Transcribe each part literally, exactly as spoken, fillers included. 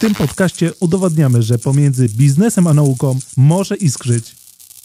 tym podcaście udowadniamy, że pomiędzy biznesem a nauką może iskrzyć.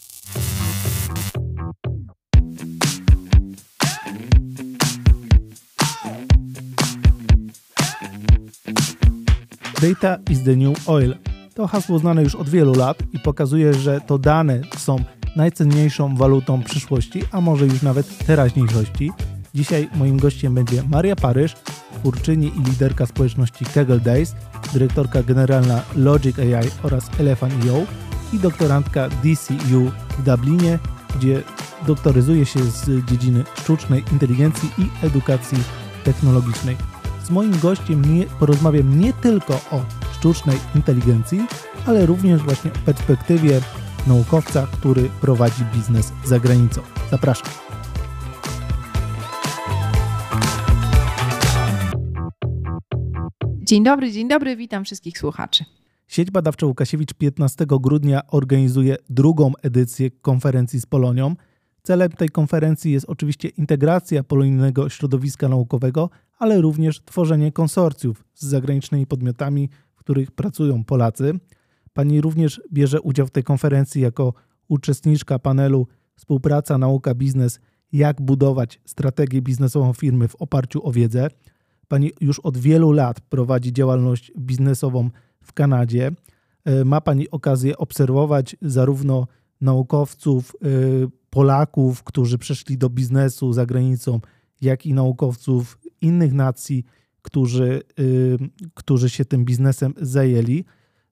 Data is the new oil. To hasło znane już od wielu lat i pokazuje, że to dane są najcenniejszą walutą przyszłości, a może już nawet teraźniejszości. Dzisiaj moim gościem będzie Maria Paryż, twórczyni i liderka społeczności Kaggle Days, dyrektorka generalna Logic A I oraz Elephant kropka i o i doktorantka D C U w Dublinie, gdzie doktoryzuje się z dziedziny sztucznej inteligencji i edukacji technologicznej. Z moim gościem nie, porozmawiam nie tylko o sztucznej inteligencji, ale również właśnie o perspektywie naukowca, który prowadzi biznes za granicą. Zapraszam. Dzień dobry, dzień dobry, witam wszystkich słuchaczy. Sieć badawcza Łukasiewicz piętnastego grudnia organizuje drugą edycję konferencji z Polonią. Celem tej konferencji jest oczywiście integracja polonijnego środowiska naukowego, ale również tworzenie konsorcjów z zagranicznymi podmiotami, w których pracują Polacy. Pani również bierze udział w tej konferencji jako uczestniczka panelu Współpraca, nauka, biznes. Jak budować strategię biznesową firmy w oparciu o wiedzę. Pani już od wielu lat prowadzi działalność biznesową w Kanadzie. Ma Pani okazję obserwować zarówno naukowców, Polaków, którzy przeszli do biznesu za granicą, jak i naukowców innych nacji, którzy, którzy się tym biznesem zajęli.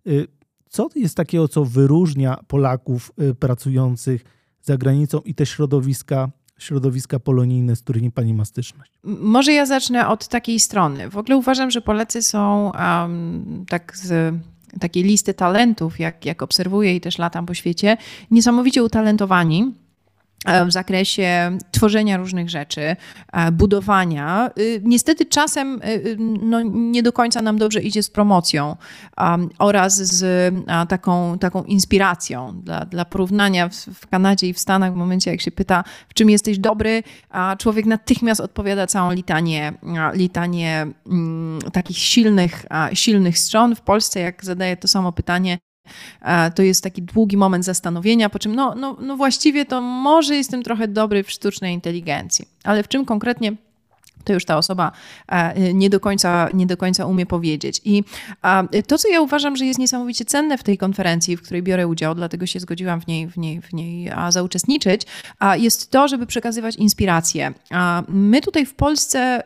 Co jest takiego, co wyróżnia Polaków pracujących za granicą i te środowiska, środowiska polonijne, z którymi Pani ma styczność? Może ja zacznę od takiej strony. W ogóle uważam, że Polacy są um, tak z takiej listy talentów, jak, jak obserwuję i też latam po świecie, niesamowicie utalentowani w zakresie tworzenia różnych rzeczy, budowania. Niestety czasem no, nie do końca nam dobrze idzie z promocją um, oraz z a, taką, taką inspiracją. Dla, dla porównania w, w Kanadzie i w Stanach w momencie, jak się pyta, w czym jesteś dobry, a człowiek natychmiast odpowiada całą litanię, litanię um, takich silnych, a, silnych stron. W Polsce, jak zadaję to samo pytanie, to jest taki długi moment zastanowienia, po czym no, no, no właściwie to może jestem trochę dobry w sztucznej inteligencji, ale w czym konkretnie to już ta osoba nie do końca, nie do końca umie powiedzieć. I to, co ja uważam, że jest niesamowicie cenne w tej konferencji, w której biorę udział, dlatego się zgodziłam w niej, w niej, w niej zauczestniczyć, jest to, żeby przekazywać inspirację. My tutaj w Polsce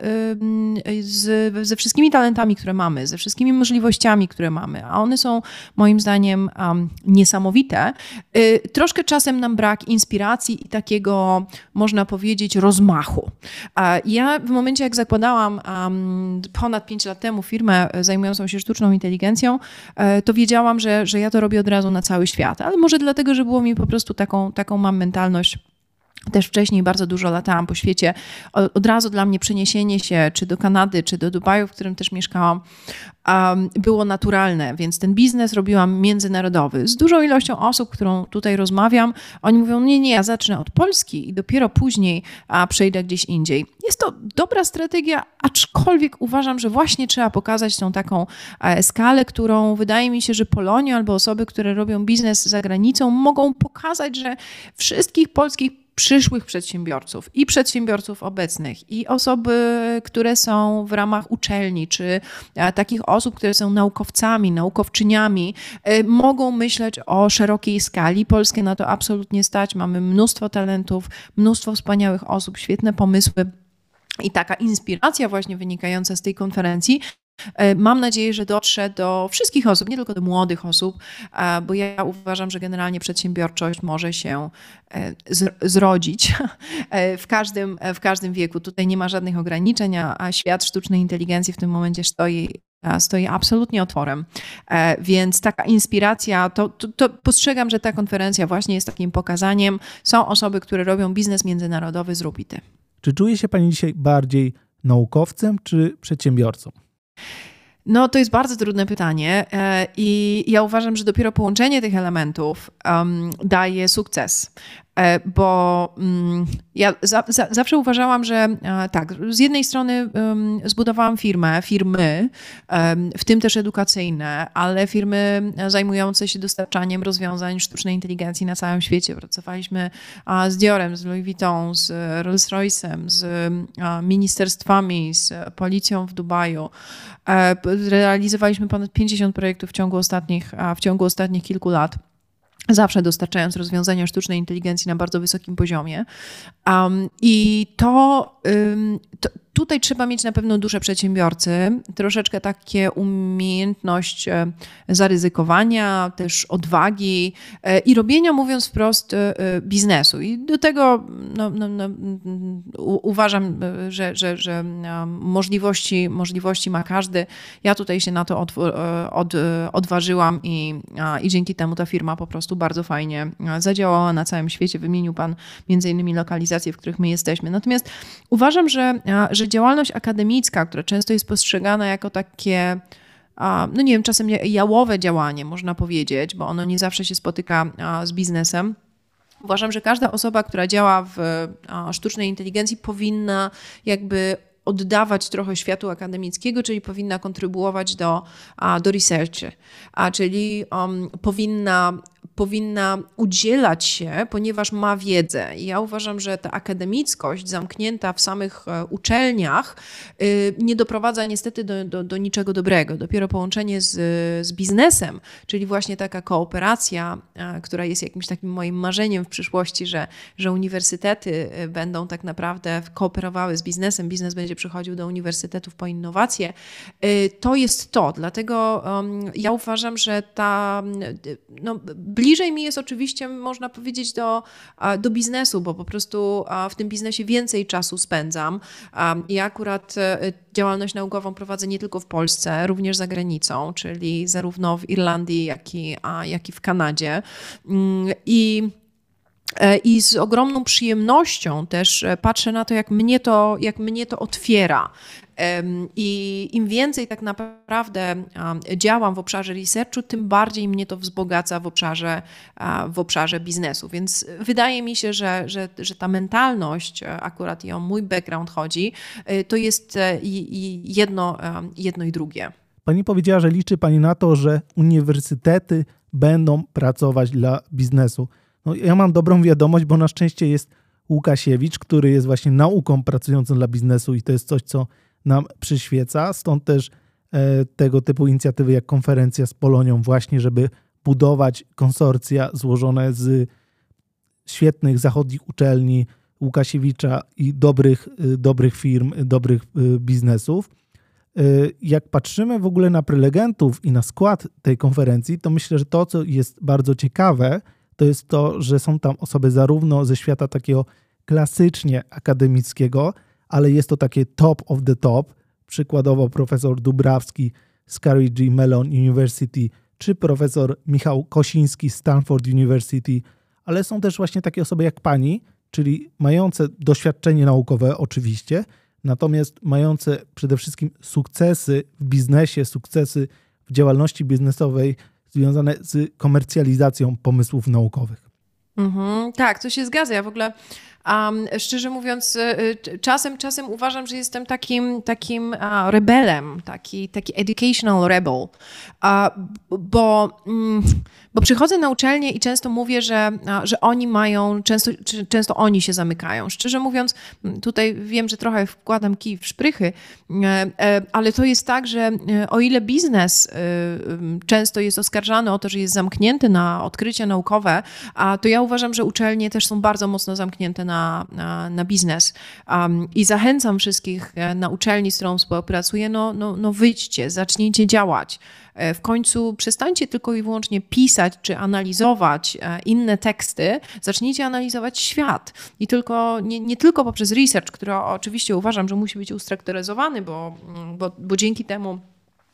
z, ze wszystkimi talentami, które mamy, ze wszystkimi możliwościami, które mamy, a one są moim zdaniem niesamowite, troszkę czasem nam brak inspiracji i takiego, można powiedzieć, rozmachu. Ja w momencie, jak zakładałam um, ponad pięć lat temu firmę zajmującą się sztuczną inteligencją, to wiedziałam, że, że ja to robię od razu na cały świat. Ale może dlatego, że było mi po prostu taką, taką mam mentalność. Też wcześniej bardzo dużo latałam po świecie. Od razu dla mnie przeniesienie się czy do Kanady, czy do Dubaju, w którym też mieszkałam, um, było naturalne, więc ten biznes robiłam międzynarodowy. Z dużą ilością osób, którą tutaj rozmawiam, oni mówią, nie, nie, ja zacznę od Polski i dopiero później a, przejdę gdzieś indziej. Jest to dobra strategia, aczkolwiek uważam, że właśnie trzeba pokazać tą taką e, skalę, którą wydaje mi się, że Polonia albo osoby, które robią biznes za granicą, mogą pokazać, że wszystkich polskich przyszłych przedsiębiorców i przedsiębiorców obecnych i osoby, które są w ramach uczelni, czy takich osób, które są naukowcami, naukowczyniami, mogą myśleć o szerokiej skali. Polskę na to absolutnie stać. Mamy mnóstwo talentów, mnóstwo wspaniałych osób, świetne pomysły i taka inspiracja właśnie wynikająca z tej konferencji. Mam nadzieję, że dotrze do wszystkich osób, nie tylko do młodych osób, bo ja uważam, że generalnie przedsiębiorczość może się zrodzić w każdym, w każdym wieku. Tutaj nie ma żadnych ograniczeń, a świat sztucznej inteligencji w tym momencie stoi stoi absolutnie otworem. Więc taka inspiracja, to, to, to postrzegam, że ta konferencja właśnie jest takim pokazaniem. Są osoby, które robią biznes międzynarodowy, zrób i ty. Czy czuje się Pani dzisiaj bardziej naukowcem czy przedsiębiorcą? No to jest bardzo trudne pytanie i ja uważam, że dopiero połączenie tych elementów um, daje sukces. bo ja za, za, zawsze uważałam, że tak, z jednej strony zbudowałam firmę, firmy, w tym też edukacyjne, ale firmy zajmujące się dostarczaniem rozwiązań sztucznej inteligencji na całym świecie. Pracowaliśmy z Diorem, z Louis Vuitton, z Rolls-Royce'em, z ministerstwami, z policją w Dubaju. Realizowaliśmy ponad pięćdziesiąt projektów w ciągu ostatnich, w ciągu ostatnich kilku lat. Zawsze dostarczając rozwiązania sztucznej inteligencji na bardzo wysokim poziomie. Um, I to, um, to tutaj trzeba mieć na pewno duże przedsiębiorcy, troszeczkę takie umiejętność zaryzykowania, też odwagi i robienia, mówiąc wprost, biznesu. I do tego no, no, no, uważam, że, że, że możliwości, możliwości ma każdy. Ja tutaj się na to od, od, odważyłam i, i dzięki temu ta firma po prostu bardzo fajnie zadziałała na całym świecie. Wymienił Pan między innymi lokalizacje, w których my jesteśmy. Natomiast uważam, że, że działalność akademicka, która często jest postrzegana jako takie, no nie wiem, czasem jałowe działanie, można powiedzieć, bo ono nie zawsze się spotyka z biznesem. Uważam, że każda osoba, która działa w sztucznej inteligencji, powinna jakby oddawać trochę światu akademickiego, czyli powinna kontrybuować do, do researchu, a czyli um, powinna powinna udzielać się, ponieważ ma wiedzę. I ja uważam, że ta akademickość zamknięta w samych uczelniach nie doprowadza niestety do, do, do niczego dobrego. Dopiero połączenie z, z biznesem, czyli właśnie taka kooperacja, która jest jakimś takim moim marzeniem w przyszłości, że, że uniwersytety będą tak naprawdę kooperowały z biznesem, biznes będzie przychodził do uniwersytetów po innowacje, to jest to. Dlatego ja uważam, że ta no, bliżej mi jest oczywiście, można powiedzieć, do, do biznesu, bo po prostu w tym biznesie więcej czasu spędzam. Ja akurat działalność naukową prowadzę nie tylko w Polsce, również za granicą, czyli zarówno w Irlandii, jak i, jak i w Kanadzie. I I z ogromną przyjemnością też patrzę na to, jak mnie to, jak mnie to otwiera. I im więcej tak naprawdę działam w obszarze researchu, tym bardziej mnie to wzbogaca w obszarze, w obszarze biznesu. Więc wydaje mi się, że, że, że ta mentalność, akurat i o mój background chodzi, to jest jedno, jedno i drugie. Pani powiedziała, że liczy Pani na to, że uniwersytety będą pracować dla biznesu. No, ja mam dobrą wiadomość, bo na szczęście jest Łukasiewicz, który jest właśnie nauką pracującą dla biznesu i to jest coś, co nam przyświeca. Stąd też e, tego typu inicjatywy jak konferencja z Polonią właśnie, żeby budować konsorcja złożone z świetnych zachodnich uczelni Łukasiewicza i dobrych, e, dobrych firm, dobrych e, biznesów. E, jak patrzymy w ogóle na prelegentów i na skład tej konferencji, to myślę, że to, co jest bardzo ciekawe, to jest to, że są tam osoby zarówno ze świata takiego klasycznie akademickiego, ale jest to takie top of the top, przykładowo profesor Dubrawski z Carnegie Mellon University, czy profesor Michał Kosiński z Stanford University, ale są też właśnie takie osoby jak pani, czyli mające doświadczenie naukowe oczywiście, natomiast mające przede wszystkim sukcesy w biznesie, sukcesy w działalności biznesowej, związane z komercjalizacją pomysłów naukowych. Mhm, tak, to się zgadza. Ja w ogóle um, szczerze mówiąc czasem, czasem uważam, że jestem takim, takim uh, rebelem, taki, taki educational rebel, uh, bo, um, bo przychodzę na uczelnię i często mówię, że, uh, że oni mają, często, czy, często oni się zamykają. Szczerze mówiąc, tutaj wiem, że trochę wkładam kij w szprychy, uh, uh, ale to jest tak, że uh, o ile biznes uh, często jest oskarżany o to, że jest zamknięty na odkrycia naukowe, a to ja uważam, że uczelnie też są bardzo mocno zamknięte na, na, na biznes. Um, I zachęcam wszystkich na uczelni, z którą współpracuję, no, no, no wyjdźcie, zacznijcie działać. W końcu przestańcie tylko i wyłącznie pisać czy analizować inne teksty, zacznijcie analizować świat. I tylko, nie, nie tylko poprzez research, który oczywiście uważam, że musi być ustrukturyzowany, bo, bo, bo dzięki temu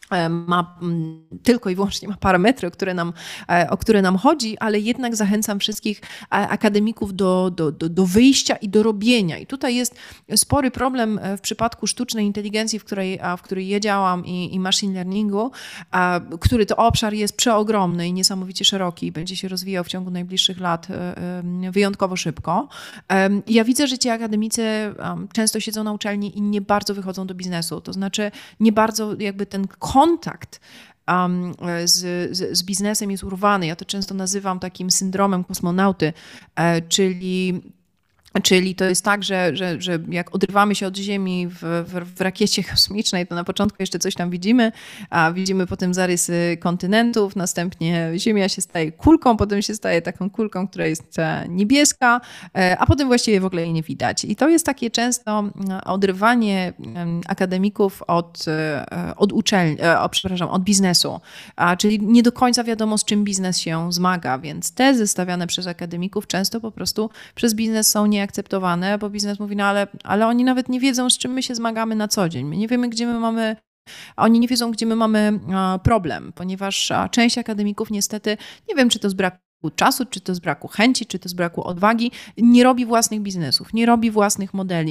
ma tylko i wyłącznie ma parametry, o które nam, o które nam chodzi, ale jednak zachęcam wszystkich akademików do, do, do, do wyjścia i do robienia. I tutaj jest spory problem w przypadku sztucznej inteligencji, w której, w której ja działam i, i machine learningu, który to obszar jest przeogromny i niesamowicie szeroki i będzie się rozwijał w ciągu najbliższych lat wyjątkowo szybko. Ja widzę, że ci akademicy często siedzą na uczelni i nie bardzo wychodzą do biznesu. To znaczy nie bardzo jakby ten kontakt um, z, z, z biznesem jest urwany. Ja to często nazywam takim syndromem kosmonauty, e, czyli Czyli to jest tak, że, że, że jak odrywamy się od Ziemi w, w, w rakiecie kosmicznej, to na początku jeszcze coś tam widzimy, a widzimy potem zarysy kontynentów, następnie Ziemia się staje kulką, potem się staje taką kulką, która jest niebieska, a potem właściwie w ogóle jej nie widać. I to jest takie często odrywanie akademików od, od uczelni, o, przepraszam, od biznesu, a, czyli nie do końca wiadomo, z czym biznes się zmaga, więc tezy stawiane przez akademików często po prostu przez biznes są nie akceptowane, bo biznes mówi, no ale, ale oni nawet nie wiedzą, z czym my się zmagamy na co dzień. My nie wiemy, gdzie my mamy, oni nie wiedzą, gdzie my mamy problem, ponieważ część akademików niestety, nie wiem, czy to z braku czasu, czy to z braku chęci, czy to z braku odwagi, nie robi własnych biznesów, nie robi własnych modeli.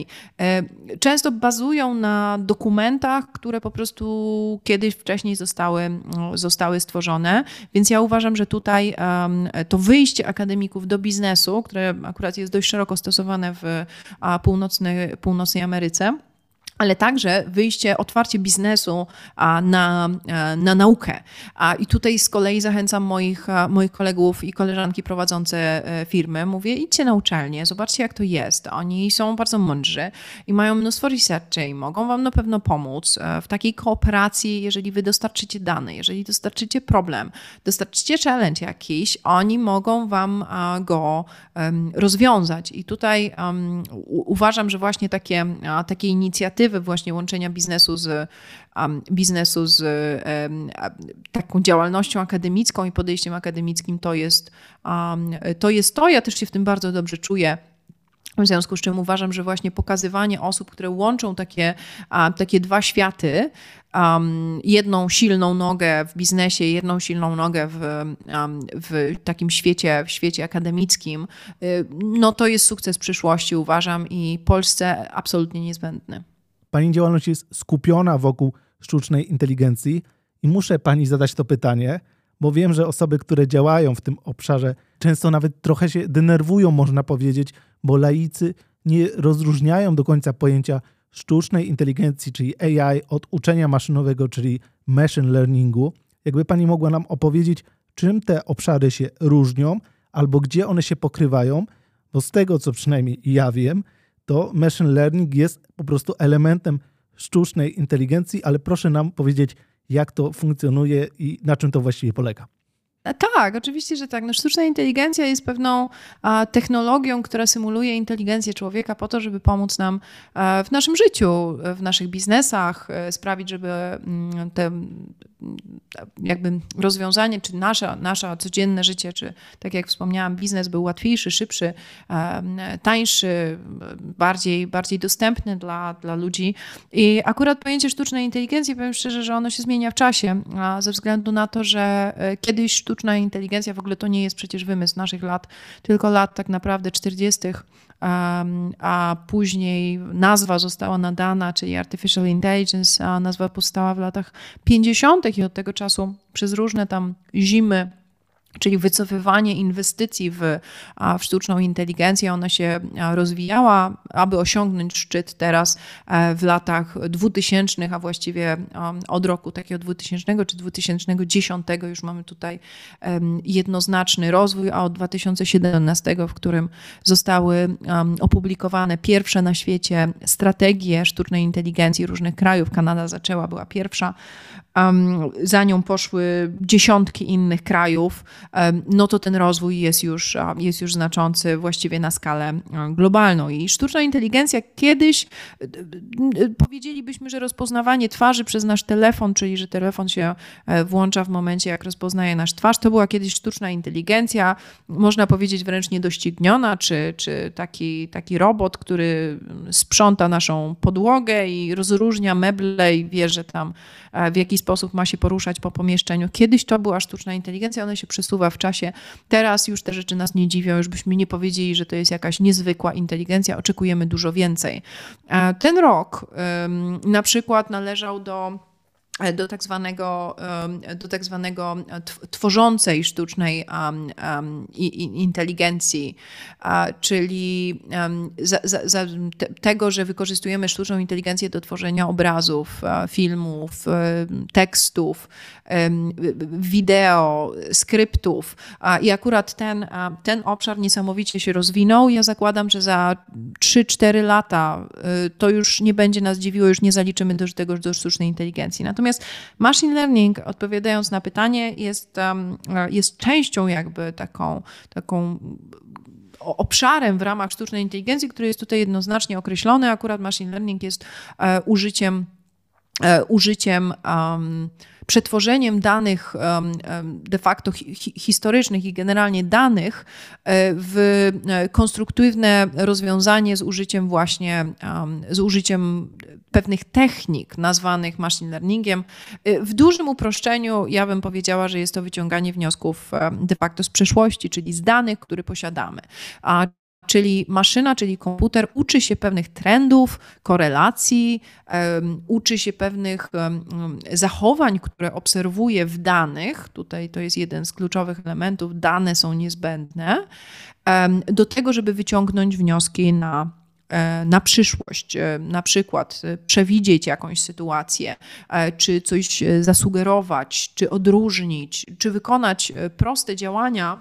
Często bazują na dokumentach, które po prostu kiedyś wcześniej zostały, zostały stworzone, więc ja uważam, że tutaj to wyjście akademików do biznesu, które akurat jest dość szeroko stosowane w północnej, północnej Ameryce, ale także wyjście, otwarcie biznesu na, na naukę. I tutaj z kolei zachęcam moich, moich kolegów i koleżanki prowadzące firmy. Mówię, idźcie na uczelnię, zobaczcie jak to jest. Oni są bardzo mądrzy i mają mnóstwo researchy i mogą wam na pewno pomóc w takiej kooperacji, jeżeli wy dostarczycie dane, jeżeli dostarczycie problem, dostarczycie challenge jakiś, oni mogą wam go rozwiązać. I tutaj um, uważam, że właśnie takie, takie inicjatywy właśnie łączenia biznesu z, um, biznesu z um, taką działalnością akademicką i podejściem akademickim to jest, um, to jest to. Ja też się w tym bardzo dobrze czuję. W związku z czym uważam, że właśnie pokazywanie osób, które łączą takie, um, takie dwa światy, um, jedną silną nogę w biznesie, jedną silną nogę w, um, w takim świecie, w świecie akademickim, no to jest sukces przyszłości, uważam, i Polsce absolutnie niezbędny. Pani działalność jest skupiona wokół sztucznej inteligencji i muszę pani zadać to pytanie, bo wiem, że osoby, które działają w tym obszarze, często nawet trochę się denerwują, można powiedzieć, bo laicy nie rozróżniają do końca pojęcia sztucznej inteligencji, czyli A I, od uczenia maszynowego, czyli machine learningu. Jakby pani mogła nam opowiedzieć, czym te obszary się różnią albo gdzie one się pokrywają, bo z tego, co przynajmniej ja wiem, to machine learning jest po prostu elementem sztucznej inteligencji, ale proszę nam powiedzieć, jak to funkcjonuje i na czym to właściwie polega. Tak, oczywiście, że tak. No, sztuczna inteligencja jest pewną a, technologią, która symuluje inteligencję człowieka po to, żeby pomóc nam a, w naszym życiu, w naszych biznesach, a, sprawić, żeby m, te jakby rozwiązanie, czy nasze, nasze codzienne życie, czy tak jak wspomniałam, biznes był łatwiejszy, szybszy, a, tańszy, bardziej, bardziej dostępny dla, dla ludzi. I akurat pojęcie sztucznej inteligencji, powiem szczerze, że ono się zmienia w czasie, a, ze względu na to, że kiedyś sztuczna Sztuczna inteligencja w ogóle to nie jest przecież wymysł naszych lat, tylko lat tak naprawdę czterdziestych, a później nazwa została nadana, czyli Artificial Intelligence, a nazwa powstała w latach pięćdziesiątych i od tego czasu przez różne tam zimy, czyli wycofywanie inwestycji w, w sztuczną inteligencję. Ona się rozwijała, aby osiągnąć szczyt teraz w latach dwutysięcznych, a właściwie od roku takiego dwutysięcznego czy dwa tysiące dziesiątego już mamy tutaj jednoznaczny rozwój, a od dwa tysiące siedemnastego, w którym zostały opublikowane pierwsze na świecie strategie sztucznej inteligencji różnych krajów. Kanada zaczęła, była pierwsza. Za nią poszły dziesiątki innych krajów. no to ten rozwój jest już, jest już znaczący właściwie na skalę globalną. I sztuczna inteligencja kiedyś powiedzielibyśmy, że rozpoznawanie twarzy przez nasz telefon, czyli że telefon się włącza w momencie, jak rozpoznaje nasz twarz, to była kiedyś sztuczna inteligencja, można powiedzieć wręcz niedościgniona, czy, czy taki, taki robot, który sprząta naszą podłogę i rozróżnia meble i wie, że tam w jaki sposób ma się poruszać po pomieszczeniu. Kiedyś to była sztuczna inteligencja, ona się przesuwa w czasie. Teraz już te rzeczy nas nie dziwią, już byśmy nie powiedzieli, że to jest jakaś niezwykła inteligencja, oczekujemy dużo więcej. Ten rok na przykład należał do do tak zwanego, do tak zwanego tworzącej sztucznej inteligencji, czyli za, za, za tego, że wykorzystujemy sztuczną inteligencję do tworzenia obrazów, filmów, tekstów, wideo, skryptów. I akurat ten, ten obszar niesamowicie się rozwinął. Ja zakładam, że za trzy cztery lata to już nie będzie nas dziwiło, już nie zaliczymy do tego do sztucznej inteligencji. Natomiast Natomiast machine learning, odpowiadając na pytanie, jest, jest częścią jakby taką, taką obszarem w ramach sztucznej inteligencji, który jest tutaj jednoznacznie określony. Akurat machine learning jest użyciem, użyciem um, przetworzeniem danych de facto historycznych i generalnie danych w konstruktywne rozwiązanie z użyciem właśnie, z użyciem pewnych technik nazwanych machine learningiem. W dużym uproszczeniu ja bym powiedziała, że jest to wyciąganie wniosków de facto z przeszłości, czyli z danych, które posiadamy. A Czyli maszyna, czyli komputer uczy się pewnych trendów, korelacji, um, uczy się pewnych um, zachowań, które obserwuje w danych. Tutaj to jest jeden z kluczowych elementów. Dane są niezbędne um, do tego, żeby wyciągnąć wnioski na, na przyszłość. Na przykład przewidzieć jakąś sytuację, czy coś zasugerować, czy odróżnić, czy wykonać proste działania,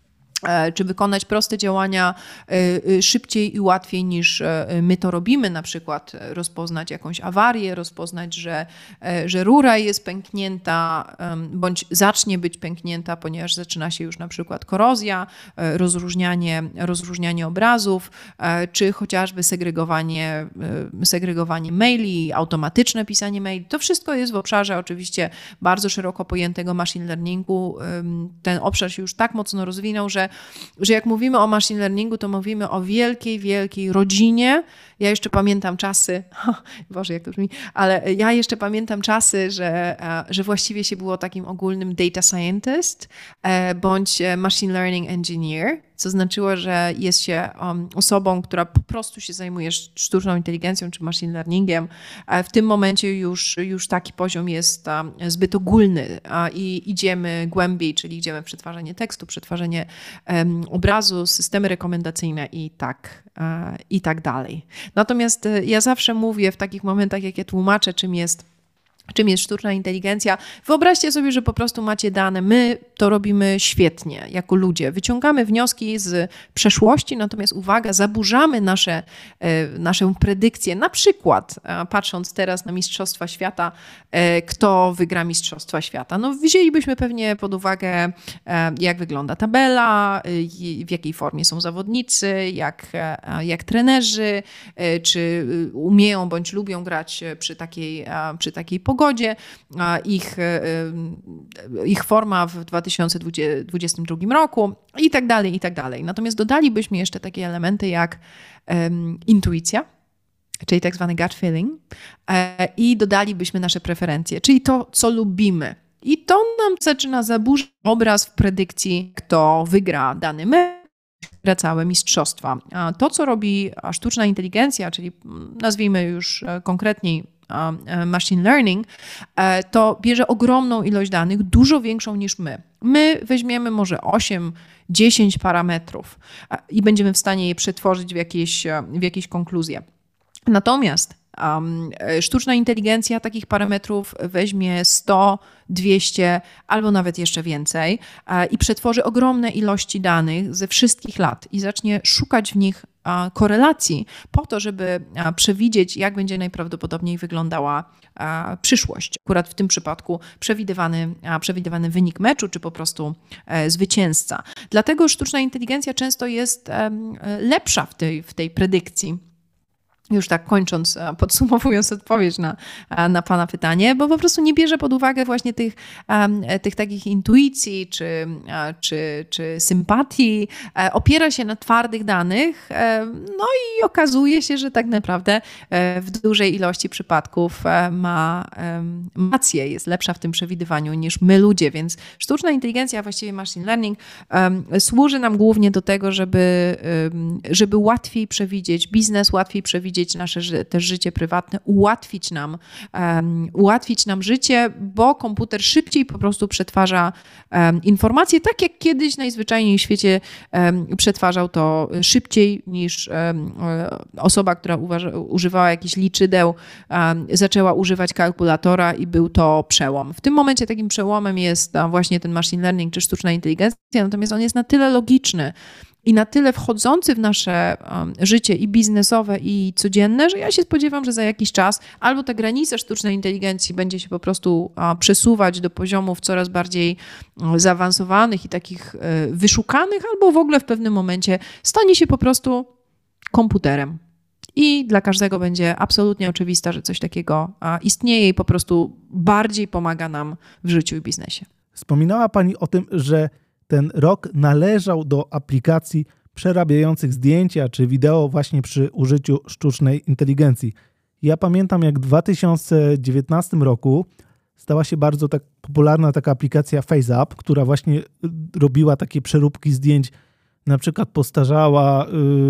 czy wykonać proste działania szybciej i łatwiej niż my to robimy, na przykład rozpoznać jakąś awarię, rozpoznać, że, że rura jest pęknięta bądź zacznie być pęknięta, ponieważ zaczyna się już na przykład korozja, rozróżnianie, rozróżnianie obrazów, czy chociażby segregowanie, segregowanie maili, automatyczne pisanie maili. To wszystko jest w obszarze oczywiście bardzo szeroko pojętego machine learningu. Ten obszar się już tak mocno rozwinął, że że jak mówimy o machine learningu, to mówimy o wielkiej, wielkiej rodzinie. Ja jeszcze pamiętam czasy, Boże, jak to brzmi, ale ja jeszcze pamiętam czasy, że, że właściwie się było takim ogólnym data scientist bądź machine learning engineer, co znaczyło, że jest się osobą, która po prostu się zajmuje sztuczną inteligencją czy machine learningiem. W tym momencie już, już taki poziom jest zbyt ogólny i idziemy głębiej, czyli idziemy w przetwarzanie tekstu, przetwarzanie obrazu, systemy rekomendacyjne i tak, i tak dalej. Natomiast ja zawsze mówię w takich momentach, jak ja tłumaczę, czym jest czym jest sztuczna inteligencja. Wyobraźcie sobie, że po prostu macie dane. My to robimy świetnie jako ludzie. Wyciągamy wnioski z przeszłości, natomiast uwaga, zaburzamy nasze, nasze predykcje. Na przykład, patrząc teraz na Mistrzostwa Świata, kto wygra Mistrzostwa Świata? No wzięlibyśmy pewnie pod uwagę, jak wygląda tabela, w jakiej formie są zawodnicy, jak, jak trenerzy, czy umieją bądź lubią grać przy takiej, przy takiej pogodzie. Ich, ich forma w dwa tysiące dwudziestym drugim roku i tak dalej, i tak dalej. Natomiast dodalibyśmy jeszcze takie elementy jak um, intuicja, czyli tak zwany gut feeling, i dodalibyśmy nasze preferencje, czyli to, co lubimy. I to nam zaczyna zaburzyć obraz w predykcji, kto wygra dany mecz, wygra całe mistrzostwa. A to, co robi sztuczna inteligencja, czyli nazwijmy już konkretniej machine learning, to bierze ogromną ilość danych, dużo większą niż my. My weźmiemy może osiem, dziesięć parametrów i będziemy w stanie je przetworzyć w jakieś, w jakieś konkluzje. Natomiast um, sztuczna inteligencja takich parametrów weźmie sto, dwieście albo nawet jeszcze więcej i przetworzy ogromne ilości danych ze wszystkich lat i zacznie szukać w nich korelacji po to, żeby przewidzieć, jak będzie najprawdopodobniej wyglądała przyszłość. Akurat w tym przypadku przewidywany, przewidywany wynik meczu, czy po prostu zwycięzca. Dlatego sztuczna inteligencja często jest lepsza w tej, w tej predykcji. Już tak kończąc, podsumowując odpowiedź na, na Pana pytanie, bo po prostu nie bierze pod uwagę właśnie tych, tych takich intuicji czy, czy, czy sympatii, opiera się na twardych danych, no i okazuje się, że tak naprawdę w dużej ilości przypadków ma rację, jest lepsza w tym przewidywaniu niż my ludzie, więc sztuczna inteligencja, a właściwie machine learning służy nam głównie do tego, żeby, żeby łatwiej przewidzieć biznes, łatwiej przewidzieć nasze też życie prywatne, ułatwić nam, um, ułatwić nam życie, bo komputer szybciej po prostu przetwarza um, informacje, tak jak kiedyś najzwyczajniej w świecie um, przetwarzał to szybciej niż um, osoba, która uważa, używała jakichś liczydeł, um, zaczęła używać kalkulatora i był to przełom. W tym momencie takim przełomem jest um, właśnie ten machine learning czy sztuczna inteligencja, natomiast on jest na tyle logiczny, i na tyle wchodzący w nasze um, życie i biznesowe, i codzienne, że ja się spodziewam, że za jakiś czas albo ta granica sztucznej inteligencji będzie się po prostu uh, przesuwać do poziomów coraz bardziej uh, zaawansowanych i takich uh, wyszukanych, albo w ogóle w pewnym momencie stanie się po prostu komputerem. I dla każdego będzie absolutnie oczywiste, że coś takiego uh, istnieje i po prostu bardziej pomaga nam w życiu i biznesie. Wspominała Pani o tym, że ten rok należał do aplikacji przerabiających zdjęcia czy wideo właśnie przy użyciu sztucznej inteligencji. Ja pamiętam, jak w dwa tysiące dziewiętnastym roku stała się bardzo tak popularna taka aplikacja FaceApp, która właśnie robiła takie przeróbki zdjęć, na przykład postarzała,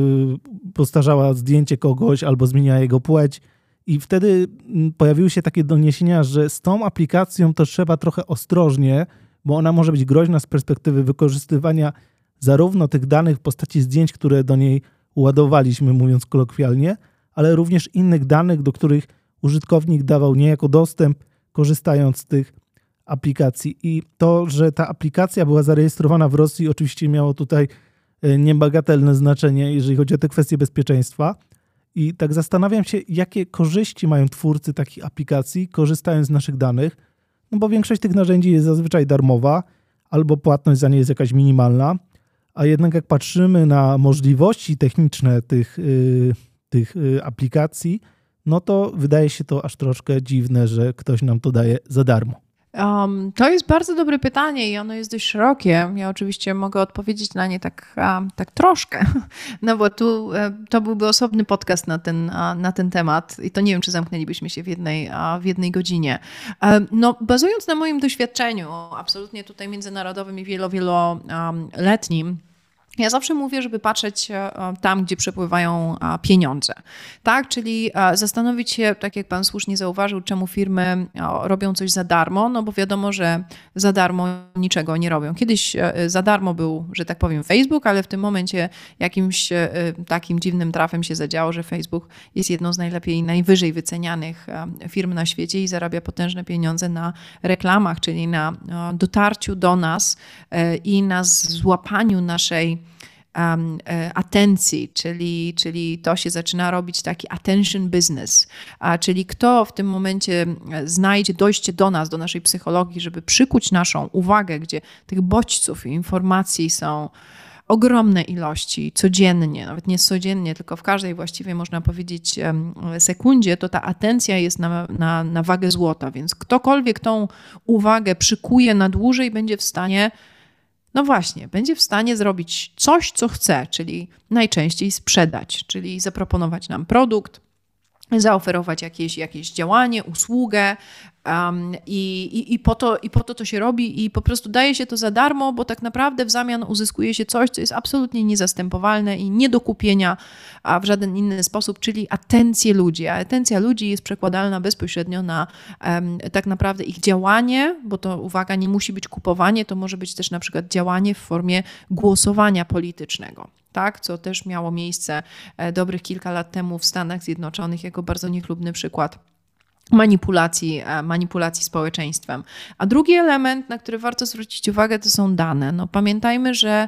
yy, postarzała zdjęcie kogoś albo zmieniała jego płeć. I wtedy pojawiły się takie doniesienia, że z tą aplikacją to trzeba trochę ostrożnie, bo ona może być groźna z perspektywy wykorzystywania zarówno tych danych w postaci zdjęć, które do niej ładowaliśmy, mówiąc kolokwialnie, ale również innych danych, do których użytkownik dawał niejako dostęp, korzystając z tych aplikacji. I to, że ta aplikacja była zarejestrowana w Rosji, oczywiście miało tutaj niebagatelne znaczenie, jeżeli chodzi o te kwestie bezpieczeństwa. I tak zastanawiam się, jakie korzyści mają twórcy takich aplikacji, korzystając z naszych danych, no bo większość tych narzędzi jest zazwyczaj darmowa, albo płatność za nie jest jakaś minimalna, a jednak jak patrzymy na możliwości techniczne tych, yy, tych yy, aplikacji, no to wydaje się to aż troszkę dziwne, że ktoś nam to daje za darmo. Um, to jest bardzo dobre pytanie i ono jest dość szerokie. Ja oczywiście mogę odpowiedzieć na nie tak, um, tak troszkę, no bo tu um, to byłby osobny podcast na ten, uh, na ten temat i to nie wiem, czy zamknęlibyśmy się w jednej, uh, w jednej godzinie. Um, no, bazując na moim doświadczeniu, absolutnie tutaj międzynarodowym i wielo, wieloletnim, ja zawsze mówię, żeby patrzeć tam, gdzie przepływają pieniądze, tak? Czyli zastanowić się, tak jak Pan słusznie zauważył, czemu firmy robią coś za darmo, no bo wiadomo, że za darmo niczego nie robią. Kiedyś za darmo był, że tak powiem, Facebook, ale w tym momencie jakimś takim dziwnym trafem się zadziało, że Facebook jest jedną z najlepiej i najwyżej wycenianych firm na świecie i zarabia potężne pieniądze na reklamach, czyli na dotarciu do nas i na złapaniu naszej Um, atencji, czyli, czyli to się zaczyna robić taki attention business, a, czyli kto w tym momencie znajdzie dojście do nas, do naszej psychologii, żeby przykuć naszą uwagę, gdzie tych bodźców i informacji są ogromne ilości codziennie, nawet nie codziennie, tylko w każdej właściwie można powiedzieć sekundzie, to ta atencja jest na, na, na wagę złota, więc ktokolwiek tą uwagę przykuje na dłużej, będzie w stanie No właśnie, będzie w stanie zrobić coś, co chce, czyli najczęściej sprzedać, czyli zaproponować nam produkt, zaoferować jakieś, jakieś działanie, usługę um, i, i, i, po to, i po to to się robi i po prostu daje się to za darmo, bo tak naprawdę w zamian uzyskuje się coś, co jest absolutnie niezastępowalne i nie do kupienia a w żaden inny sposób, czyli atencję ludzi. A atencja ludzi jest przekładalna bezpośrednio na um, tak naprawdę ich działanie, bo to, uwaga, nie musi być kupowanie, to może być też na przykład działanie w formie głosowania politycznego. Tak, co też miało miejsce dobrych kilka lat temu w Stanach Zjednoczonych jako bardzo niechlubny przykład manipulacji, manipulacji społeczeństwem. A drugi element, na który warto zwrócić uwagę, to są dane. No, pamiętajmy, że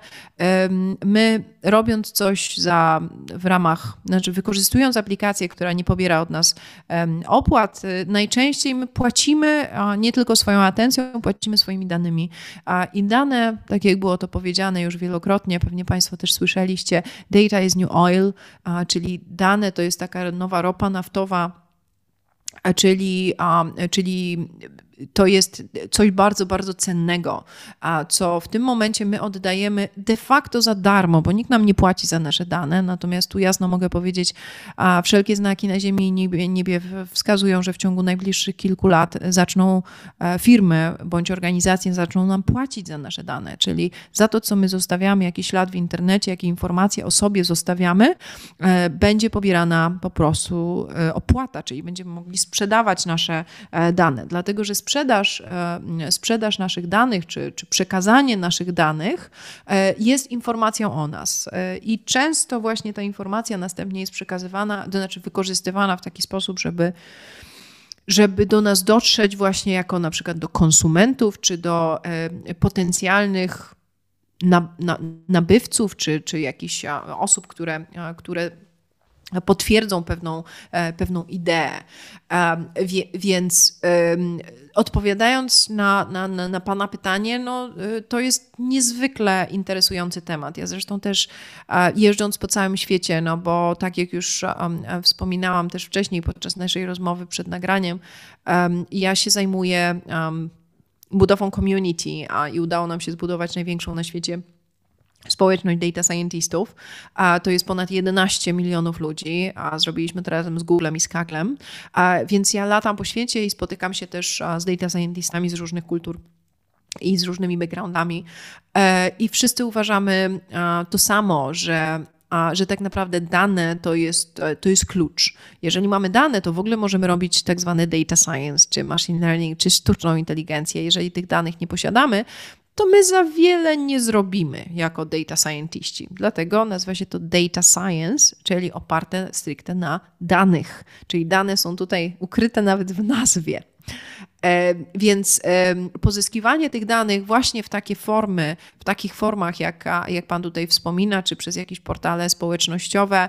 my robiąc coś za, w ramach, znaczy wykorzystując aplikację, która nie pobiera od nas opłat, najczęściej my płacimy nie tylko swoją atencją, płacimy swoimi danymi. I dane, tak jak było to powiedziane już wielokrotnie, pewnie Państwo też słyszeliście, data is new oil, czyli dane to jest taka nowa ropa naftowa, Czyli, czyli to jest coś bardzo, bardzo cennego, co w tym momencie my oddajemy de facto za darmo, bo nikt nam nie płaci za nasze dane. Natomiast tu jasno mogę powiedzieć, wszelkie znaki na ziemi i niebie, niebie wskazują, że w ciągu najbliższych kilku lat zaczną firmy bądź organizacje zaczną nam płacić za nasze dane, czyli za to, co my zostawiamy, jakiś ślad w internecie, jakie informacje o sobie zostawiamy, będzie pobierana po prostu opłata, czyli będziemy mogli sprzedawać nasze dane, dlatego że sprzedaż, sprzedaż naszych danych czy, czy przekazanie naszych danych jest informacją o nas i często właśnie ta informacja następnie jest przekazywana, to znaczy wykorzystywana w taki sposób, żeby żeby do nas dotrzeć właśnie jako na przykład do konsumentów czy do potencjalnych nabywców czy, czy jakichś osób, które, które potwierdzą pewną, pewną ideę. Więc odpowiadając na, na, na Pana pytanie, no, to jest niezwykle interesujący temat. Ja zresztą też jeżdżąc po całym świecie, no bo tak jak już wspominałam też wcześniej podczas naszej rozmowy przed nagraniem, ja się zajmuję budową community i udało nam się zbudować największą na świecie społeczność data scientistów, a to jest ponad jedenaście milionów ludzi, a zrobiliśmy to razem z Googlem i z Kaglem, a więc ja latam po świecie i spotykam się też z data scientistami z różnych kultur i z różnymi backgroundami i wszyscy uważamy to samo, że że tak naprawdę dane to jest, to jest klucz. Jeżeli mamy dane, to w ogóle możemy robić tak zwany data science, czy machine learning, czy sztuczną inteligencję. Jeżeli tych danych nie posiadamy, to my za wiele nie zrobimy jako data scientiści. Dlatego nazywa się to data science, czyli oparte stricte na danych. Czyli dane są tutaj ukryte nawet w nazwie. Więc pozyskiwanie tych danych właśnie w takie formy, w takich formach, jak, jak Pan tutaj wspomina, czy przez jakieś portale społecznościowe,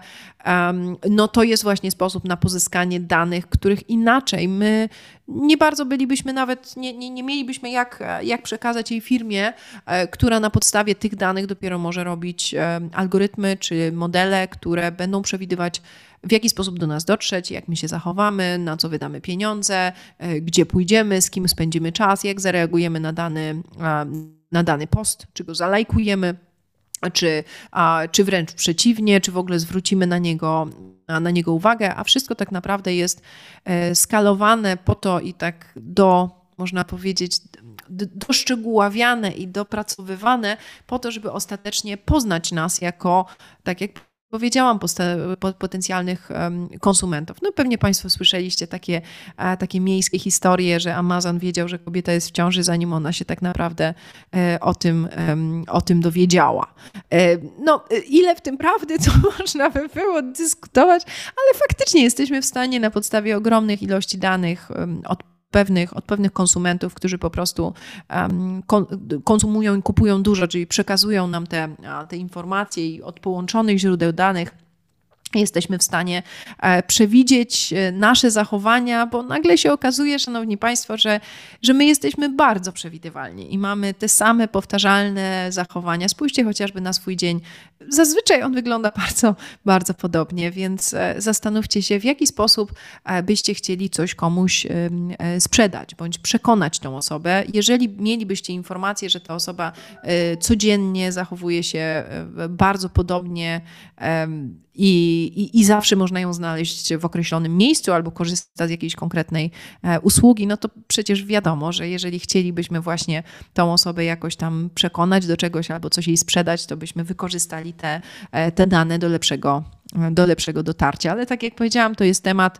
no to jest właśnie sposób na pozyskanie danych, których inaczej my nie bardzo bylibyśmy nawet, nie, nie, nie mielibyśmy jak, jak przekazać jej firmie, która na podstawie tych danych dopiero może robić algorytmy czy modele, które będą przewidywać, w jaki sposób do nas dotrzeć, jak my się zachowamy, na co wydamy pieniądze, gdzie pójdziemy, z kim spędzimy czas, jak zareagujemy na dany, na dany post, czy go zalajkujemy, czy, czy wręcz przeciwnie, czy w ogóle zwrócimy na niego, na niego uwagę, a wszystko tak naprawdę jest skalowane po to i tak do, można powiedzieć, doszczegóławiane i dopracowywane po to, żeby ostatecznie poznać nas jako, tak jak powiedziałam, potencjalnych konsumentów. No pewnie Państwo słyszeliście takie, takie miejskie historie, że Amazon wiedział, że kobieta jest w ciąży, zanim ona się tak naprawdę o tym, o tym dowiedziała. No ile w tym prawdy, to można by było dyskutować, ale faktycznie jesteśmy w stanie na podstawie ogromnych ilości danych od Pewnych, od pewnych konsumentów, którzy po prostu um, konsumują i kupują dużo, czyli przekazują nam te, te informacje i od połączonych źródeł danych jesteśmy w stanie przewidzieć nasze zachowania, bo nagle się okazuje, szanowni Państwo, że, że my jesteśmy bardzo przewidywalni i mamy te same powtarzalne zachowania. Spójrzcie chociażby na swój dzień. Zazwyczaj on wygląda bardzo, bardzo podobnie, więc zastanówcie się, w jaki sposób byście chcieli coś komuś sprzedać bądź przekonać tą osobę. Jeżeli mielibyście informację, że ta osoba codziennie zachowuje się bardzo podobnie i, i, i zawsze można ją znaleźć w określonym miejscu albo korzysta z jakiejś konkretnej usługi, no to przecież wiadomo, że jeżeli chcielibyśmy właśnie tą osobę jakoś tam przekonać do czegoś albo coś jej sprzedać, to byśmy wykorzystali te, te dane do lepszego, do lepszego dotarcia. Ale tak jak powiedziałam, to jest temat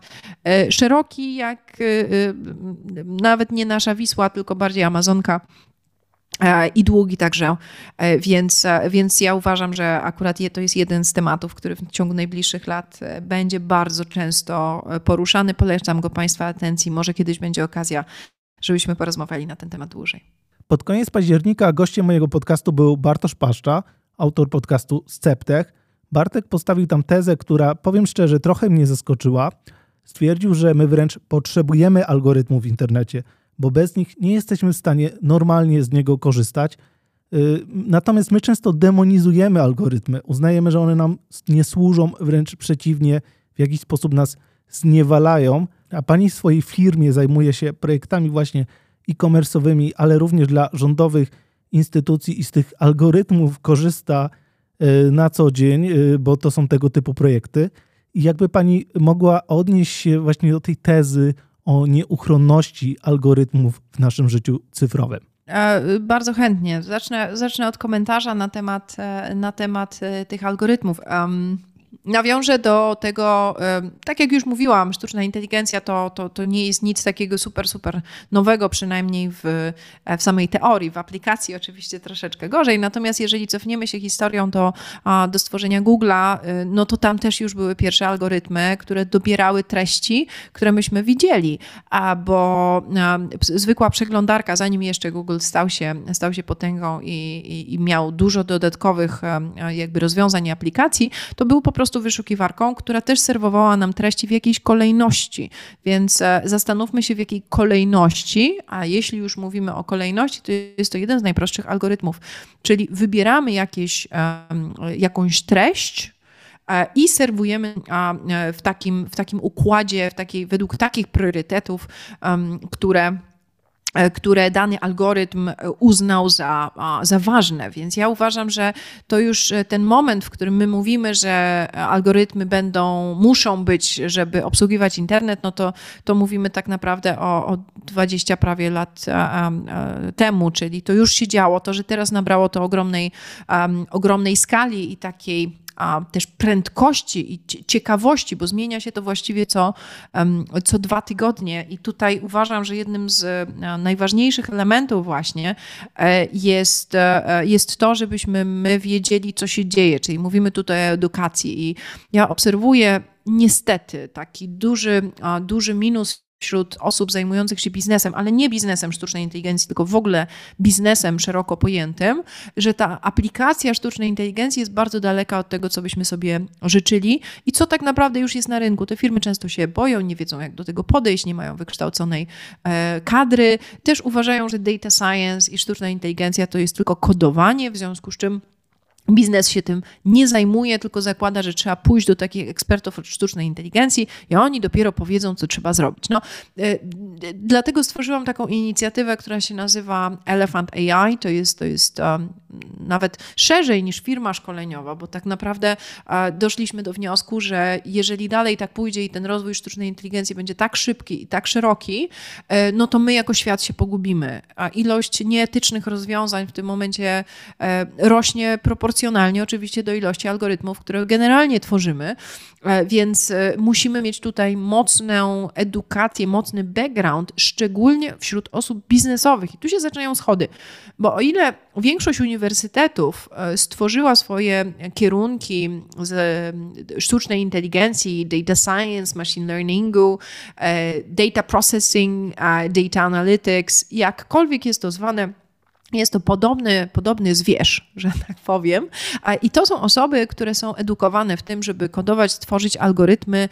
szeroki, jak nawet nie nasza Wisła, tylko bardziej Amazonka. i długi także, więc, więc ja uważam, że akurat to jest jeden z tematów, który w ciągu najbliższych lat będzie bardzo często poruszany. Polecam go Państwa atencji. Może kiedyś będzie okazja, żebyśmy porozmawiali na ten temat dłużej. Pod koniec października gościem mojego podcastu był Bartosz Paszcza, autor podcastu Sceptech. Bartek postawił tam tezę, która, powiem szczerze, trochę mnie zaskoczyła. Stwierdził, że my wręcz potrzebujemy algorytmów w internecie, bo bez nich nie jesteśmy w stanie normalnie z niego korzystać. Natomiast my często demonizujemy algorytmy, uznajemy, że one nam nie służą, wręcz przeciwnie, w jakiś sposób nas zniewalają, a pani w swojej firmie zajmuje się projektami właśnie e-commerce'owymi, ale również dla rządowych instytucji i z tych algorytmów korzysta na co dzień, bo to są tego typu projekty. I jakby pani mogła odnieść się właśnie do tej tezy o nieuchronności algorytmów w naszym życiu cyfrowym. Bardzo chętnie. Zacznę, zacznę od komentarza na temat, na temat tych algorytmów. Um, Nawiążę do tego, tak jak już mówiłam, sztuczna inteligencja to, to, to nie jest nic takiego super, super nowego, przynajmniej w, w samej teorii, w aplikacji oczywiście troszeczkę gorzej. Natomiast jeżeli cofniemy się historią do, do stworzenia Google'a, no to tam też już były pierwsze algorytmy, które dobierały treści, które myśmy widzieli, a bo zwykła przeglądarka, zanim jeszcze Google stał się, stał się potęgą i, i, i miał dużo dodatkowych jakby rozwiązań i aplikacji, to był po prostu wyszukiwarką, która też serwowała nam treści w jakiejś kolejności. Więc zastanówmy się, w jakiej kolejności, a jeśli już mówimy o kolejności, to jest to jeden z najprostszych algorytmów. Czyli wybieramy jakieś, jakąś treść i serwujemy w takim, w takim układzie, w takiej, według takich priorytetów, które które dany algorytm uznał za, za ważne. Więc ja uważam, że to już ten moment, w którym my mówimy, że algorytmy będą, muszą być, żeby obsługiwać internet, no to, to mówimy tak naprawdę o, o dwudziestu prawie lat temu, czyli to już się działo. To, że teraz nabrało to ogromnej, um, ogromnej skali i takiej a też prędkości i ciekawości, bo zmienia się to właściwie co, co dwa tygodnie i tutaj uważam, że jednym z najważniejszych elementów właśnie jest, jest to, żebyśmy my wiedzieli, co się dzieje, czyli mówimy tutaj o edukacji i ja obserwuję niestety taki duży, duży minus wśród osób zajmujących się biznesem, ale nie biznesem sztucznej inteligencji, tylko w ogóle biznesem szeroko pojętym, że ta aplikacja sztucznej inteligencji jest bardzo daleka od tego, co byśmy sobie życzyli i co tak naprawdę już jest na rynku. Te firmy często się boją, nie wiedzą, jak do tego podejść, nie mają wykształconej e, kadry. Też uważają, że data science i sztuczna inteligencja to jest tylko kodowanie, w związku z czym biznes się tym nie zajmuje, tylko zakłada, że trzeba pójść do takich ekspertów od sztucznej inteligencji i oni dopiero powiedzą, co trzeba zrobić. No, y, dlatego stworzyłam taką inicjatywę, która się nazywa Elephant A I. To jest, to jest um, nawet szerzej niż firma szkoleniowa, bo tak naprawdę uh, doszliśmy do wniosku, że jeżeli dalej tak pójdzie i ten rozwój sztucznej inteligencji będzie tak szybki i tak szeroki, y, no to my jako świat się pogubimy. A ilość nieetycznych rozwiązań w tym momencie y, rośnie proporcjonalnie proporcjonalnie oczywiście do ilości algorytmów, które generalnie tworzymy, więc musimy mieć tutaj mocną edukację, mocny background, szczególnie wśród osób biznesowych. I tu się zaczynają schody, bo o ile większość uniwersytetów stworzyła swoje kierunki z sztucznej inteligencji, data science, machine learningu, data processing, data analytics, jakkolwiek jest to zwane, jest to podobny, podobny zwierz, że tak powiem. I to są osoby, które są edukowane w tym, żeby kodować, tworzyć algorytmy,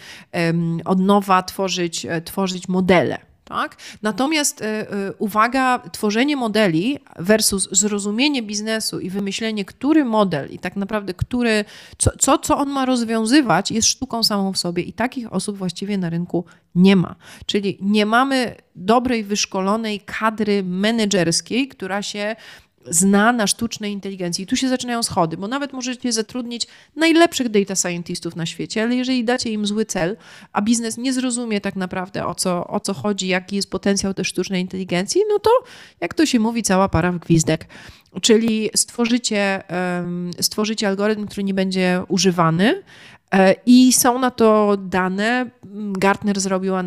od nowa tworzyć, tworzyć modele. Tak? Natomiast y, y, uwaga, tworzenie modeli versus zrozumienie biznesu i wymyślenie, który model i tak naprawdę który, co, co, co on ma rozwiązywać, jest sztuką samą w sobie i takich osób właściwie na rynku nie ma. Czyli nie mamy dobrej, wyszkolonej kadry menedżerskiej, która się zna na sztucznej inteligencji. I tu się zaczynają schody, bo nawet możecie zatrudnić najlepszych data scientistów na świecie, ale jeżeli dacie im zły cel, a biznes nie zrozumie tak naprawdę o co, o co chodzi, jaki jest potencjał tej sztucznej inteligencji, no to jak to się mówi, cała para w gwizdek. Czyli stworzycie, stworzycie algorytm, który nie będzie używany i są na to dane. Gartner zrobił analizę,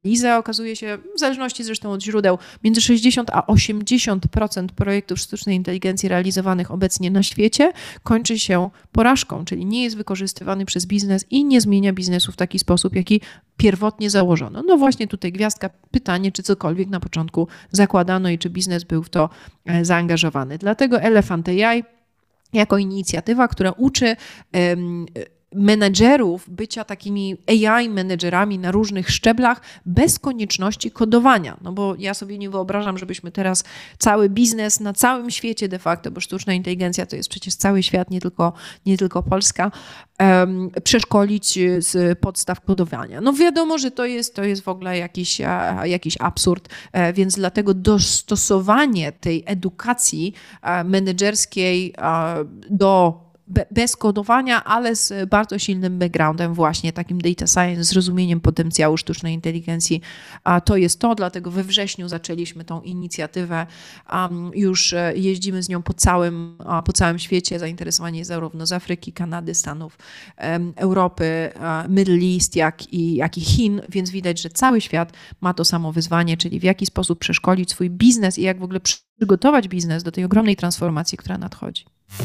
analizę, okazuje się, w zależności zresztą od źródeł, między sześćdziesiąt a osiemdziesiąt procent projektów sztucznej inteligencji realizowanych obecnie na świecie kończy się porażką, czyli nie jest wykorzystywany przez biznes i nie zmienia biznesu w taki sposób, jaki pierwotnie założono. No właśnie tutaj gwiazdka, pytanie, czy cokolwiek na początku zakładano i czy biznes był w to zaangażowany. Dlatego Elephant A I jako inicjatywa, która uczy um, menedżerów bycia takimi A I menedżerami na różnych szczeblach bez konieczności kodowania. No bo ja sobie nie wyobrażam, żebyśmy teraz cały biznes na całym świecie de facto, bo sztuczna inteligencja to jest przecież cały świat, nie tylko, nie tylko Polska, um, przeszkolić z podstaw kodowania. No wiadomo, że to jest, to jest w ogóle jakiś, jakiś absurd, więc dlatego dostosowanie tej edukacji menedżerskiej do bez kodowania, ale z bardzo silnym backgroundem właśnie takim data science, zrozumieniem potencjału sztucznej inteligencji. A to jest to, dlatego we wrześniu zaczęliśmy tą inicjatywę. Um, już jeździmy z nią po całym, po całym świecie. Zainteresowanie zarówno z Afryki, Kanady, Stanów, um, Europy, um, Middle East, jak i, jak i Chin, więc widać, że cały świat ma to samo wyzwanie, czyli w jaki sposób przeszkolić swój biznes i jak w ogóle przygotować biznes do tej ogromnej transformacji, która nadchodzi.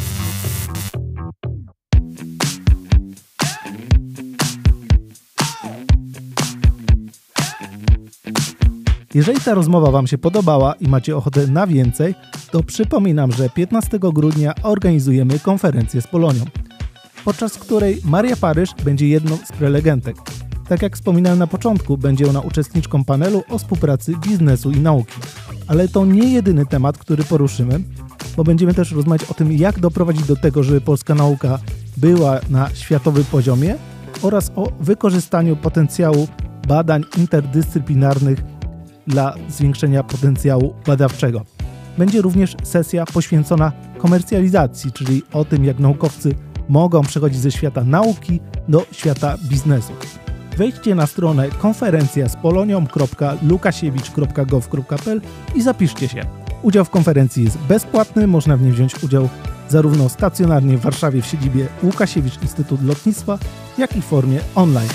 Jeżeli ta rozmowa Wam się podobała i macie ochotę na więcej, to przypominam, że piętnastego grudnia organizujemy konferencję z Polonią, podczas której Maria Paryż będzie jedną z prelegentek. Tak jak wspominałem na początku, będzie ona uczestniczką panelu o współpracy biznesu i nauki. Ale to nie jedyny temat, który poruszymy, bo będziemy też rozmawiać o tym, jak doprowadzić do tego, żeby polska nauka była na światowym poziomie oraz o wykorzystaniu potencjału badań interdyscyplinarnych dla zwiększenia potencjału badawczego. Będzie również sesja poświęcona komercjalizacji, czyli o tym, jak naukowcy mogą przechodzić ze świata nauki do świata biznesu. Wejdźcie na stronę konferencja z polonią kropka lukasiewicz kropka gov kropka p l i zapiszcie się. Udział w konferencji jest bezpłatny, można w niej wziąć udział zarówno stacjonarnie w Warszawie w siedzibie Łukasiewicz Instytut Lotnictwa, jak i w formie online.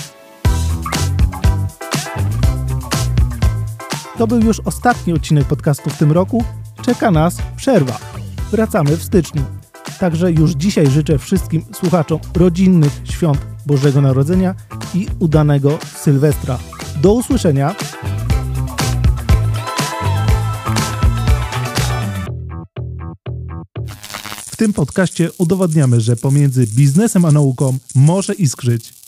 To był już ostatni odcinek podcastu w tym roku. Czeka nas przerwa. Wracamy w styczniu. Także już dzisiaj życzę wszystkim słuchaczom rodzinnych świąt Bożego Narodzenia i udanego Sylwestra. Do usłyszenia. W tym podcaście udowodniamy, że pomiędzy biznesem a nauką może iskrzyć.